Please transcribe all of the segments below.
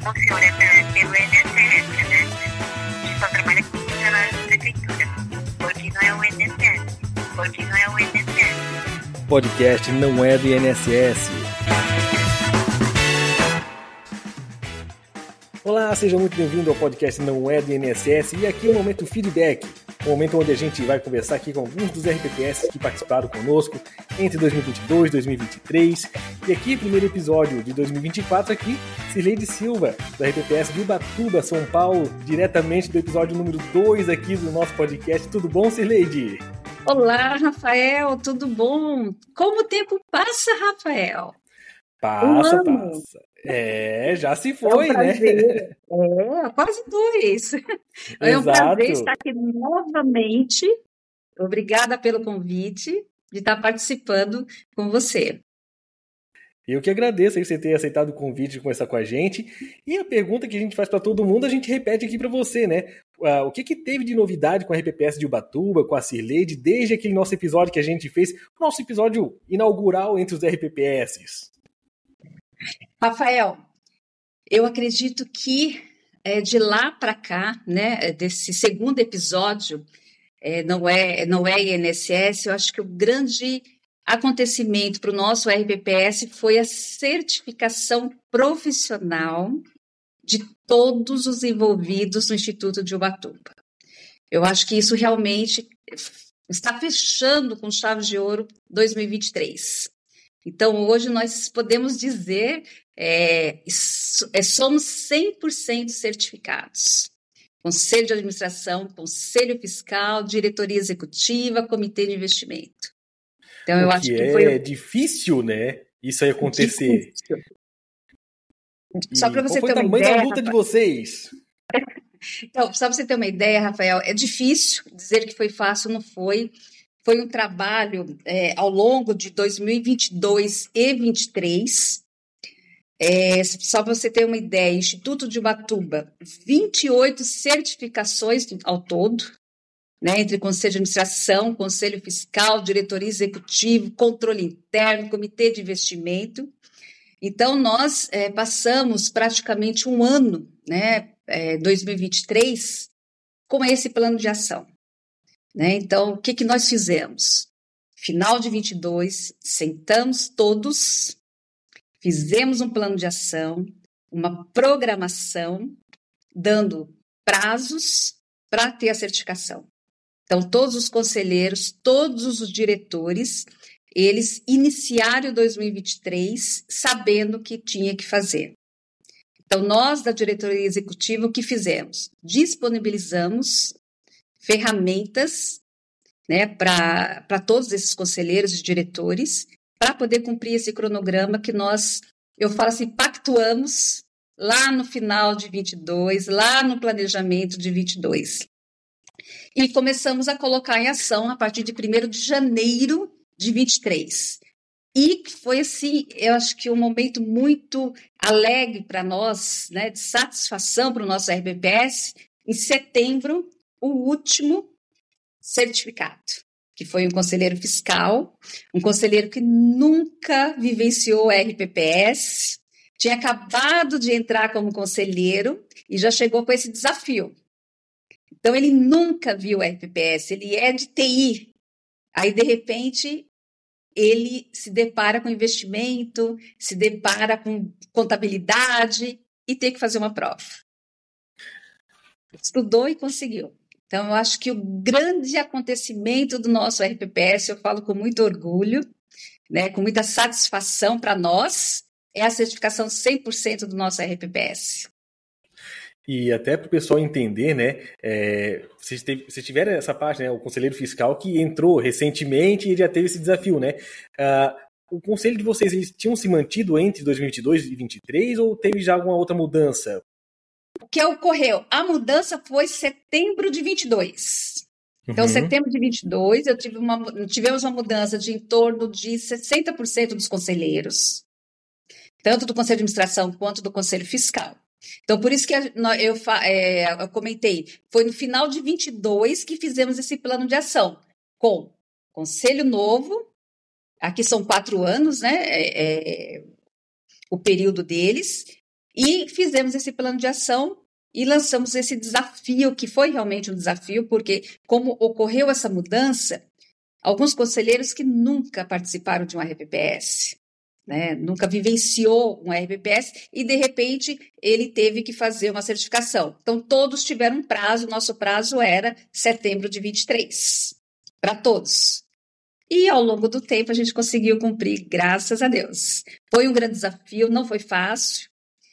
funciona pelo INSS, né? A gente só trabalha com funcionários da prefeitura, porque não é o INSS. Porque não é o INSS. Podcast não é do INSS. Olá, seja muito bem-vindo ao podcast Não é do INSS e aqui é o Momento Feedback, o momento onde a gente vai conversar aqui com alguns dos RPPS que participaram conosco entre 2022 e 2023. E aqui, primeiro episódio de 2024, aqui, Cirleide Silva, do RPPS de Ubatuba, São Paulo, diretamente do episódio número 2 aqui do nosso podcast. Tudo bom, Cirleide? Olá, Rafael, tudo bom? Como o tempo passa, Rafael? Passa. Já se foi, é um prazer, né? Quase 2. É um prazer estar aqui novamente. Obrigada pelo convite de estar participando com você. Eu que agradeço aí você ter aceitado o convite de conversar com a gente. E a pergunta que a gente faz para todo mundo, a gente repete aqui para você, né? O que teve de novidade com a RPPS de Ubatuba, com a Cirleide, desde aquele nosso episódio que a gente fez, o nosso episódio inaugural entre os RPPS? Rafael, eu acredito que de lá para cá, né, desse segundo episódio, não é INSS, eu acho que o grande acontecimento para o nosso RPPS foi a certificação profissional de todos os envolvidos no Instituto de Ubatuba. Eu acho que isso realmente está fechando com chave de ouro 2023. Então, hoje nós podemos dizer somos 100% certificados. Conselho de Administração, Conselho Fiscal, Diretoria Executiva, Comitê de Investimento. Então, eu acho que foi difícil, né? Isso aí acontecer. Só para você ter uma ideia. Qual foi o tamanho da luta de vocês? Então, só para você ter uma ideia, Rafael, é difícil dizer que foi fácil, não foi. Foi um trabalho ao longo de 2022 e 2023. Só para você ter uma ideia, Instituto de Ubatuba, 28 certificações ao todo, né, entre Conselho de Administração, Conselho Fiscal, Diretoria Executiva, Controle Interno, Comitê de Investimento. Então, nós passamos praticamente um ano, né, 2023, com esse plano de ação. Né? Então, o que nós fizemos? Final de 22, sentamos todos, fizemos um plano de ação, uma programação, dando prazos para ter a certificação. Então, todos os conselheiros, todos os diretores, eles iniciaram 2023 sabendo o que tinha que fazer. Então, nós da diretoria executiva, o que fizemos? Disponibilizamos ferramentas, né, para todos esses conselheiros e diretores, para poder cumprir esse cronograma que nós, eu falo assim, pactuamos lá no final de 22, lá no planejamento de 22. E começamos a colocar em ação a partir de 1º de janeiro de 23. E foi assim, eu acho que um momento muito alegre para nós, né, de satisfação para o nosso RPPS, em setembro, o último certificado, que foi um conselheiro fiscal, um conselheiro que nunca vivenciou o RPPS, tinha acabado de entrar como conselheiro e já chegou com esse desafio. Então, ele nunca viu o RPPS, ele é de TI. Aí, de repente, ele se depara com investimento, se depara com contabilidade e tem que fazer uma prova. Estudou e conseguiu. Então, eu acho que o grande acontecimento do nosso RPPS, eu falo com muito orgulho, né, com muita satisfação para nós, é a certificação 100% do nosso RPPS. E até para o pessoal entender, né, vocês tiveram essa parte, né, o conselheiro fiscal que entrou recentemente e já teve esse desafio, né? O conselho de vocês, eles tinham se mantido entre 2022 e 2023 ou teve já alguma outra mudança? O que ocorreu? A mudança foi setembro de 22. Então, setembro de 22, tivemos uma mudança de em torno de 60% dos conselheiros, tanto do Conselho de Administração quanto do Conselho Fiscal. Então, por isso que eu comentei, foi no final de 22 que fizemos esse plano de ação, com Conselho Novo, aqui são 4 anos, né, o período deles, E fizemos esse plano de ação e lançamos esse desafio, que foi realmente um desafio, porque como ocorreu essa mudança, alguns conselheiros que nunca participaram de um RPPS, né, nunca vivenciou um RPPS e, de repente, ele teve que fazer uma certificação. Então, todos tiveram um prazo, nosso prazo era setembro de 23, para todos. E, ao longo do tempo, a gente conseguiu cumprir, graças a Deus. Foi um grande desafio, não foi fácil,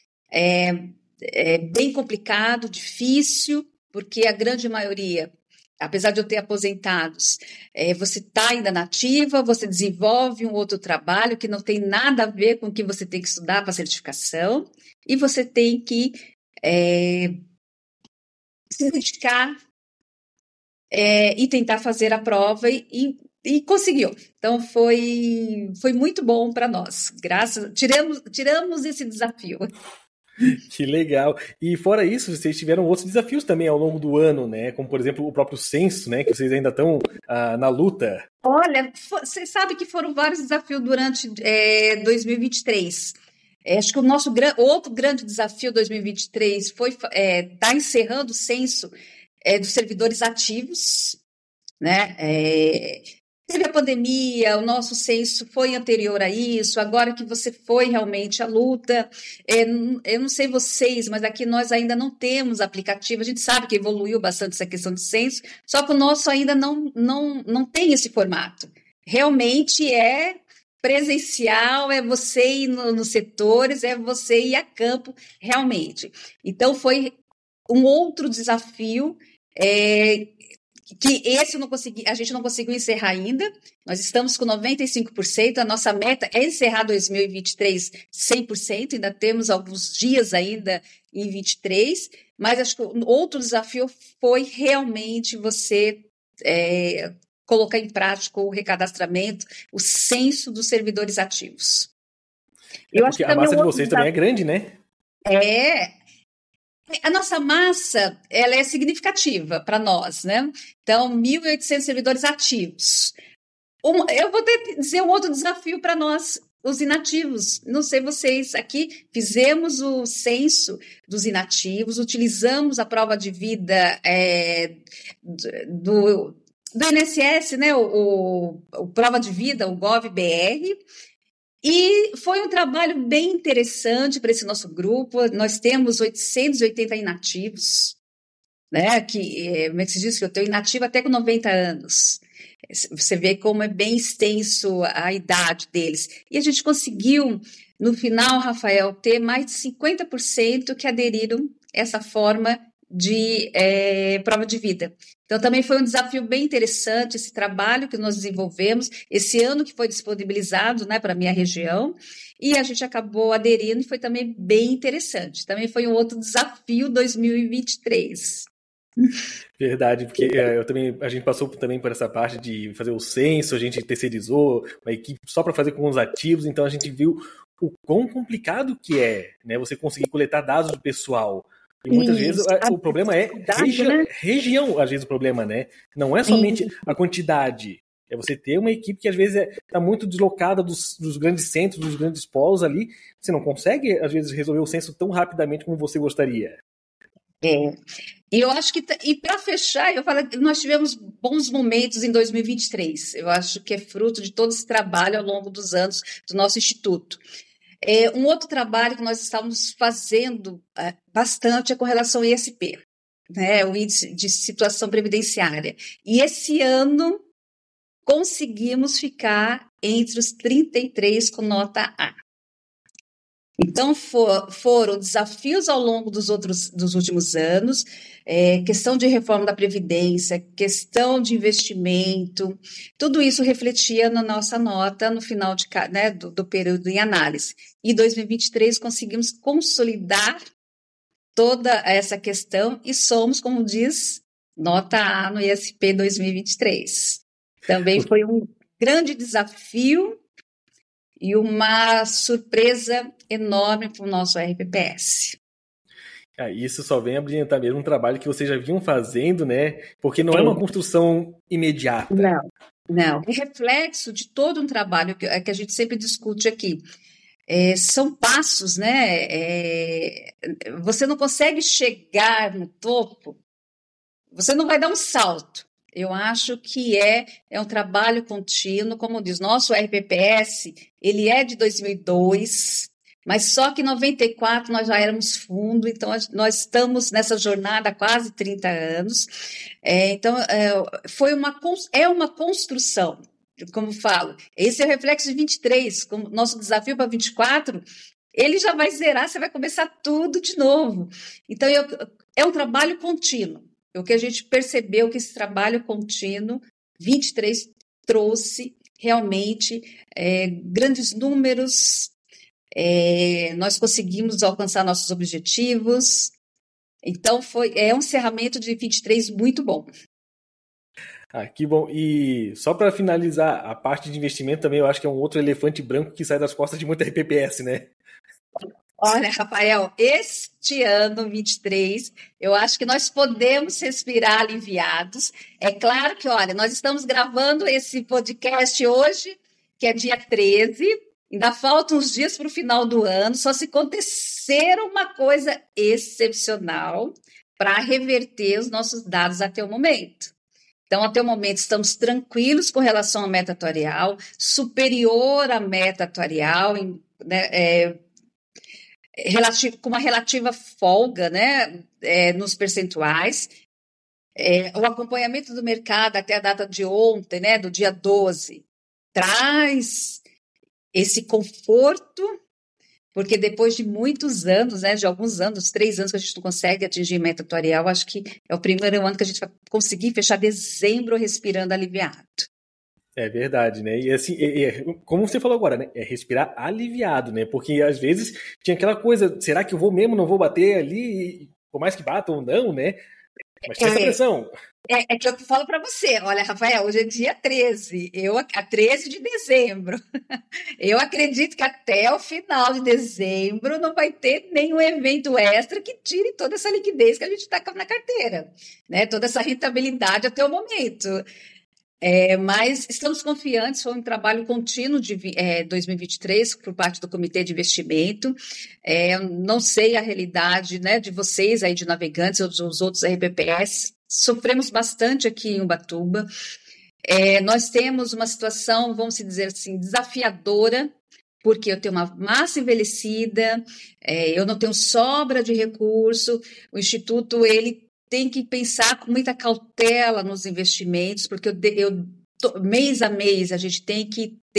é bem complicado, difícil, porque a grande maioria, apesar de eu ter aposentados, você está ainda na ativa, você desenvolve um outro trabalho que não tem nada a ver com o que você tem que estudar para a certificação, e você tem que se dedicar e tentar fazer a prova e conseguiu. Então, foi muito bom para nós. Tiramos esse desafio. Que legal. E fora isso, vocês tiveram outros desafios também ao longo do ano, né? Como, por exemplo, o próprio censo, né? Que vocês ainda estão na luta. Olha, você sabe que foram vários desafios durante 2023. Acho que o nosso outro grande desafio 2023 foi estar encerrando o censo dos servidores ativos, né? Teve a pandemia, o nosso censo foi anterior a isso, agora que você foi realmente à luta. Eu não sei vocês, mas aqui nós ainda não temos aplicativo, a gente sabe que evoluiu bastante essa questão de censo, só que o nosso ainda não tem esse formato. Realmente é presencial, é você ir nos setores, é você ir a campo, realmente. Então, foi um outro desafio, que esse a gente não conseguiu encerrar ainda. Nós estamos com 95%, a nossa meta é encerrar 2023 100%, ainda temos alguns dias ainda em 23, mas acho que o outro desafio foi realmente você colocar em prática o recadastramento, o censo dos servidores ativos. Porque a massa de vocês também é grande, né? A nossa massa, ela é significativa para nós, né? Então, 1.800 servidores ativos. Eu vou dizer um outro desafio para nós, os inativos. Não sei vocês, aqui fizemos o censo dos inativos, utilizamos a prova de vida do INSS, né? O prova de vida, o GovBR. E foi um trabalho bem interessante para esse nosso grupo. Nós temos 880 inativos, né? Como é que se diz que eu estou inativa até com 90 anos. Você vê como é bem extenso a idade deles. E a gente conseguiu, no final, Rafael, ter mais de 50% que aderiram a essa forma de prova de vida. Então, também foi um desafio bem interessante esse trabalho que nós desenvolvemos, esse ano que foi disponibilizado, né, para a minha região, e a gente acabou aderindo e foi também bem interessante. Também foi um outro desafio 2023. Verdade, porque a gente passou também por essa parte de fazer o censo, a gente terceirizou uma equipe só para fazer com os ativos, então a gente viu o quão complicado que é, né, você conseguir coletar dados do pessoal. E muitas vezes o problema é região, às vezes o problema, né? Não é somente a quantidade, é você ter uma equipe que às vezes está muito deslocada dos grandes centros, dos grandes polos ali, você não consegue, às vezes, resolver o censo tão rapidamente como você gostaria. E eu acho que, e para fechar, eu falo que nós tivemos bons momentos em 2023, eu acho que é fruto de todo esse trabalho ao longo dos anos do nosso instituto. Um outro trabalho que nós estávamos fazendo bastante é com relação ao ISP, né, o Índice de Situação Previdenciária. E esse ano conseguimos ficar entre os 33 com nota A. Então, foram desafios ao longo dos últimos anos, questão de reforma da Previdência, questão de investimento, tudo isso refletia na nossa nota no final do período em análise. E em 2023 conseguimos consolidar toda essa questão e somos, como diz, nota A no ISP 2023. Também foi um grande desafio e uma surpresa enorme para o nosso RPPS. Isso só vem abrilhantar mesmo um trabalho que vocês já vinham fazendo, né? Porque não é uma construção imediata. Não. É reflexo de todo um trabalho que a gente sempre discute aqui. são passos, né? Você não consegue chegar no topo, você não vai dar um salto. Eu acho que é um trabalho contínuo, como diz, nosso RPPS, ele é de 2002, mas só que em 94 nós já éramos fundo, então nós estamos nessa jornada há quase 30 anos. Então, é uma construção, como falo. Esse é o reflexo de 23, como nosso desafio para 24, ele já vai zerar, você vai começar tudo de novo. Então, é um trabalho contínuo. O que a gente percebeu que esse trabalho contínuo, 23 trouxe realmente grandes números, nós conseguimos alcançar nossos objetivos. Então, é um encerramento de 23 muito bom. Que bom. E só para finalizar, a parte de investimento também eu acho que é um outro elefante branco que sai das costas de muita RPPS, né? Olha, Rafael, este ano 23, eu acho que nós podemos respirar aliviados. É claro que, olha, nós estamos gravando esse podcast hoje, que é dia 13, ainda faltam uns dias para o final do ano, só se acontecer uma coisa excepcional para reverter os nossos dados até o momento. Então, até o momento, estamos tranquilos com relação à meta atuarial, superior à meta atuarial, né, com uma relativa folga, né, nos percentuais. O acompanhamento do mercado até a data de ontem, né, do dia 12, traz esse conforto, porque depois de muitos anos, né, de alguns anos, 3 anos que a gente não consegue atingir meta atuarial, acho que é o primeiro ano que a gente vai conseguir fechar dezembro respirando aliviado. É verdade, né? E assim, como você falou agora, né? É respirar aliviado, né? Porque às vezes tinha aquela coisa, será que eu vou mesmo, não vou bater ali, por mais que bata ou não, né? Mas tinha essa pressão. É que eu falo para você, olha, Rafael, hoje é dia 13, a 13 de dezembro. Eu acredito que até o final de dezembro não vai ter nenhum evento extra que tire toda essa liquidez que a gente está na carteira, né? Toda essa rentabilidade até o momento. Mas estamos confiantes, foi um trabalho contínuo de 2023 por parte do Comitê de Investimento. Não sei a realidade, né, de vocês aí de navegantes ou dos outros RPPS, sofremos bastante aqui em Ubatuba. Nós temos uma situação, vamos dizer assim, desafiadora, porque eu tenho uma massa envelhecida, eu não tenho sobra de recurso, o Instituto, ele tem que pensar com muita cautela nos investimentos, porque mês a mês a gente tem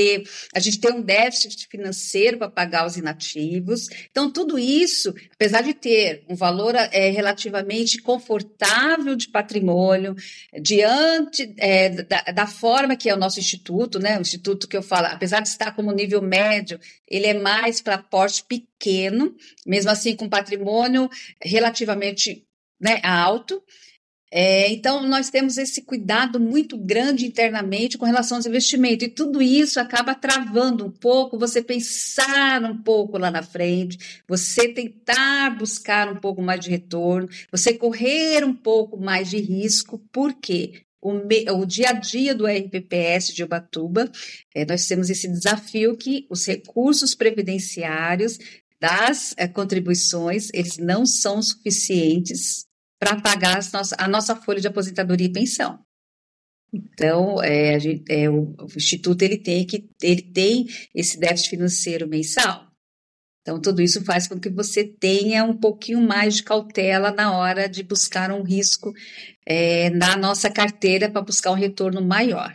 um déficit financeiro para pagar os inativos. Então, tudo isso, apesar de ter um valor relativamente confortável de patrimônio, diante da forma que é o nosso instituto, né? O instituto que eu falo, apesar de estar como nível médio, ele é mais para porte pequeno, mesmo assim com patrimônio relativamente, né, alto. Então, nós temos esse cuidado muito grande internamente com relação aos investimentos, e tudo isso acaba travando um pouco, você pensar um pouco lá na frente, você tentar buscar um pouco mais de retorno, você correr um pouco mais de risco, porque o dia a dia do RPPS de Ubatuba, nós temos esse desafio que os recursos previdenciários das contribuições, eles não são suficientes para pagar a nossa folha de aposentadoria e pensão. Então, o Instituto ele tem esse déficit financeiro mensal. Então, tudo isso faz com que você tenha um pouquinho mais de cautela na hora de buscar um risco na nossa carteira para buscar um retorno maior.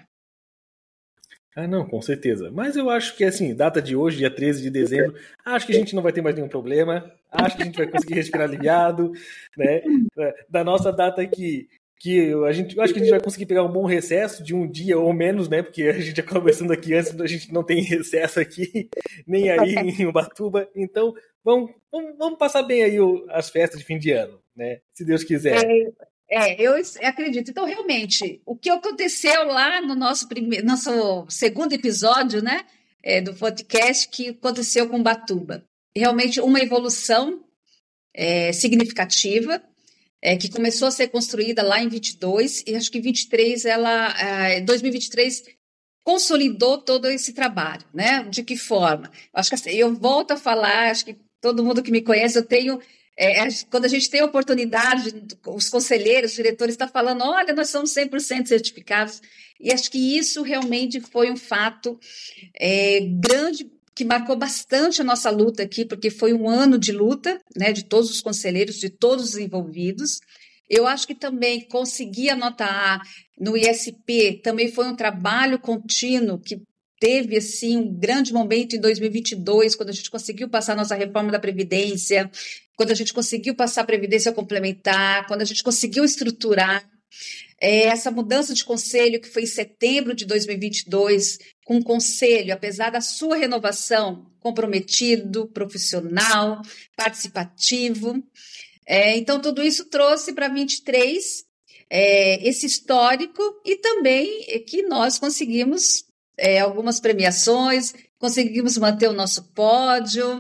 Não, com certeza. Mas eu acho que, assim, data de hoje, dia 13 de dezembro, acho que a gente não vai ter mais nenhum problema. Acho que a gente vai conseguir respirar aliviado, né? Da nossa data aqui, eu acho que a gente vai conseguir pegar um bom recesso de um dia ou menos, né? Porque a gente já conversando aqui antes, a gente não tem recesso aqui, nem aí em Ubatuba. Então, vamos passar bem aí as festas de fim de ano, né? Se Deus quiser. Eu acredito. Então, realmente, o que aconteceu lá no nosso segundo episódio, né, do podcast, que aconteceu com Ubatuba? Realmente uma evolução significativa, que começou a ser construída lá em 22, e acho que 2023 consolidou todo esse trabalho, né? De que forma? Acho que eu volto a falar, acho que todo mundo que me conhece, eu tenho... quando a gente tem a oportunidade, os conselheiros, os diretores estão falando, olha, nós somos 100% certificados, e acho que isso realmente foi um fato grande, que marcou bastante a nossa luta aqui, porque foi um ano de luta, né, de todos os conselheiros, de todos os envolvidos. Eu acho que também conseguir a nota A no ISP também foi um trabalho contínuo que teve assim, um grande momento em 2022, quando a gente conseguiu passar a nossa reforma da Previdência, quando a gente conseguiu passar a Previdência complementar, quando a gente conseguiu estruturar essa mudança de conselho, que foi em setembro de 2022, com um conselho, apesar da sua renovação, comprometido, profissional, participativo. Então, tudo isso trouxe para 23 esse histórico e também que nós conseguimos algumas premiações, conseguimos manter o nosso pódio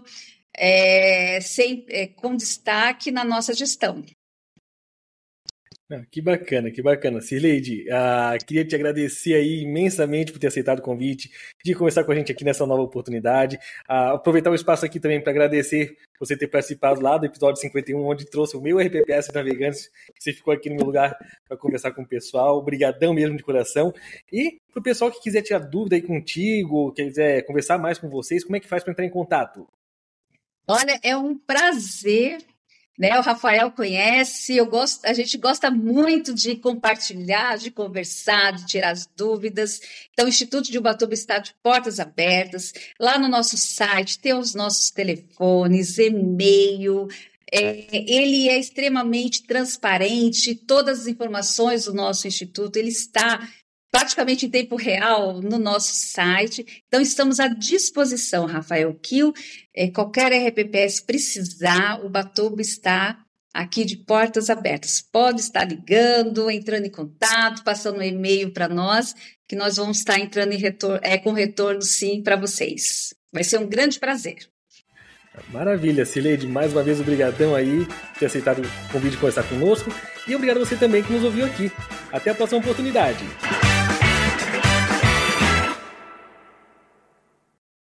com destaque na nossa gestão. Que bacana, que bacana. Cirleide, queria te agradecer aí imensamente por ter aceitado o convite, de conversar com a gente aqui nessa nova oportunidade. Aproveitar o espaço aqui também para agradecer você ter participado lá do episódio 51, onde trouxe o meu RPPS Navegantes. Você ficou aqui no meu lugar para conversar com o pessoal. Obrigadão mesmo de coração. E para o pessoal que quiser tirar dúvida aí contigo, quiser conversar mais com vocês, como é que faz para entrar em contato? Olha, é um prazer. O Rafael conhece, a gente gosta muito de compartilhar, de conversar, de tirar as dúvidas. Então, o Instituto de Ubatuba está de portas abertas. Lá no nosso site tem os nossos telefones, e-mail. Ele é extremamente transparente, todas as informações do nosso instituto, ele está praticamente em tempo real no nosso site. Então, estamos à disposição, Rafael, que qualquer RPPS precisar, o Ubatuba está aqui de portas abertas. Pode estar ligando, entrando em contato, passando um e-mail para nós, que nós vamos estar entrando com retorno, sim, para vocês. Vai ser um grande prazer. Maravilha, Cirleide, mais uma vez obrigadão aí por ter aceitado o convite de conversar conosco e obrigado a você também que nos ouviu aqui. Até a próxima oportunidade.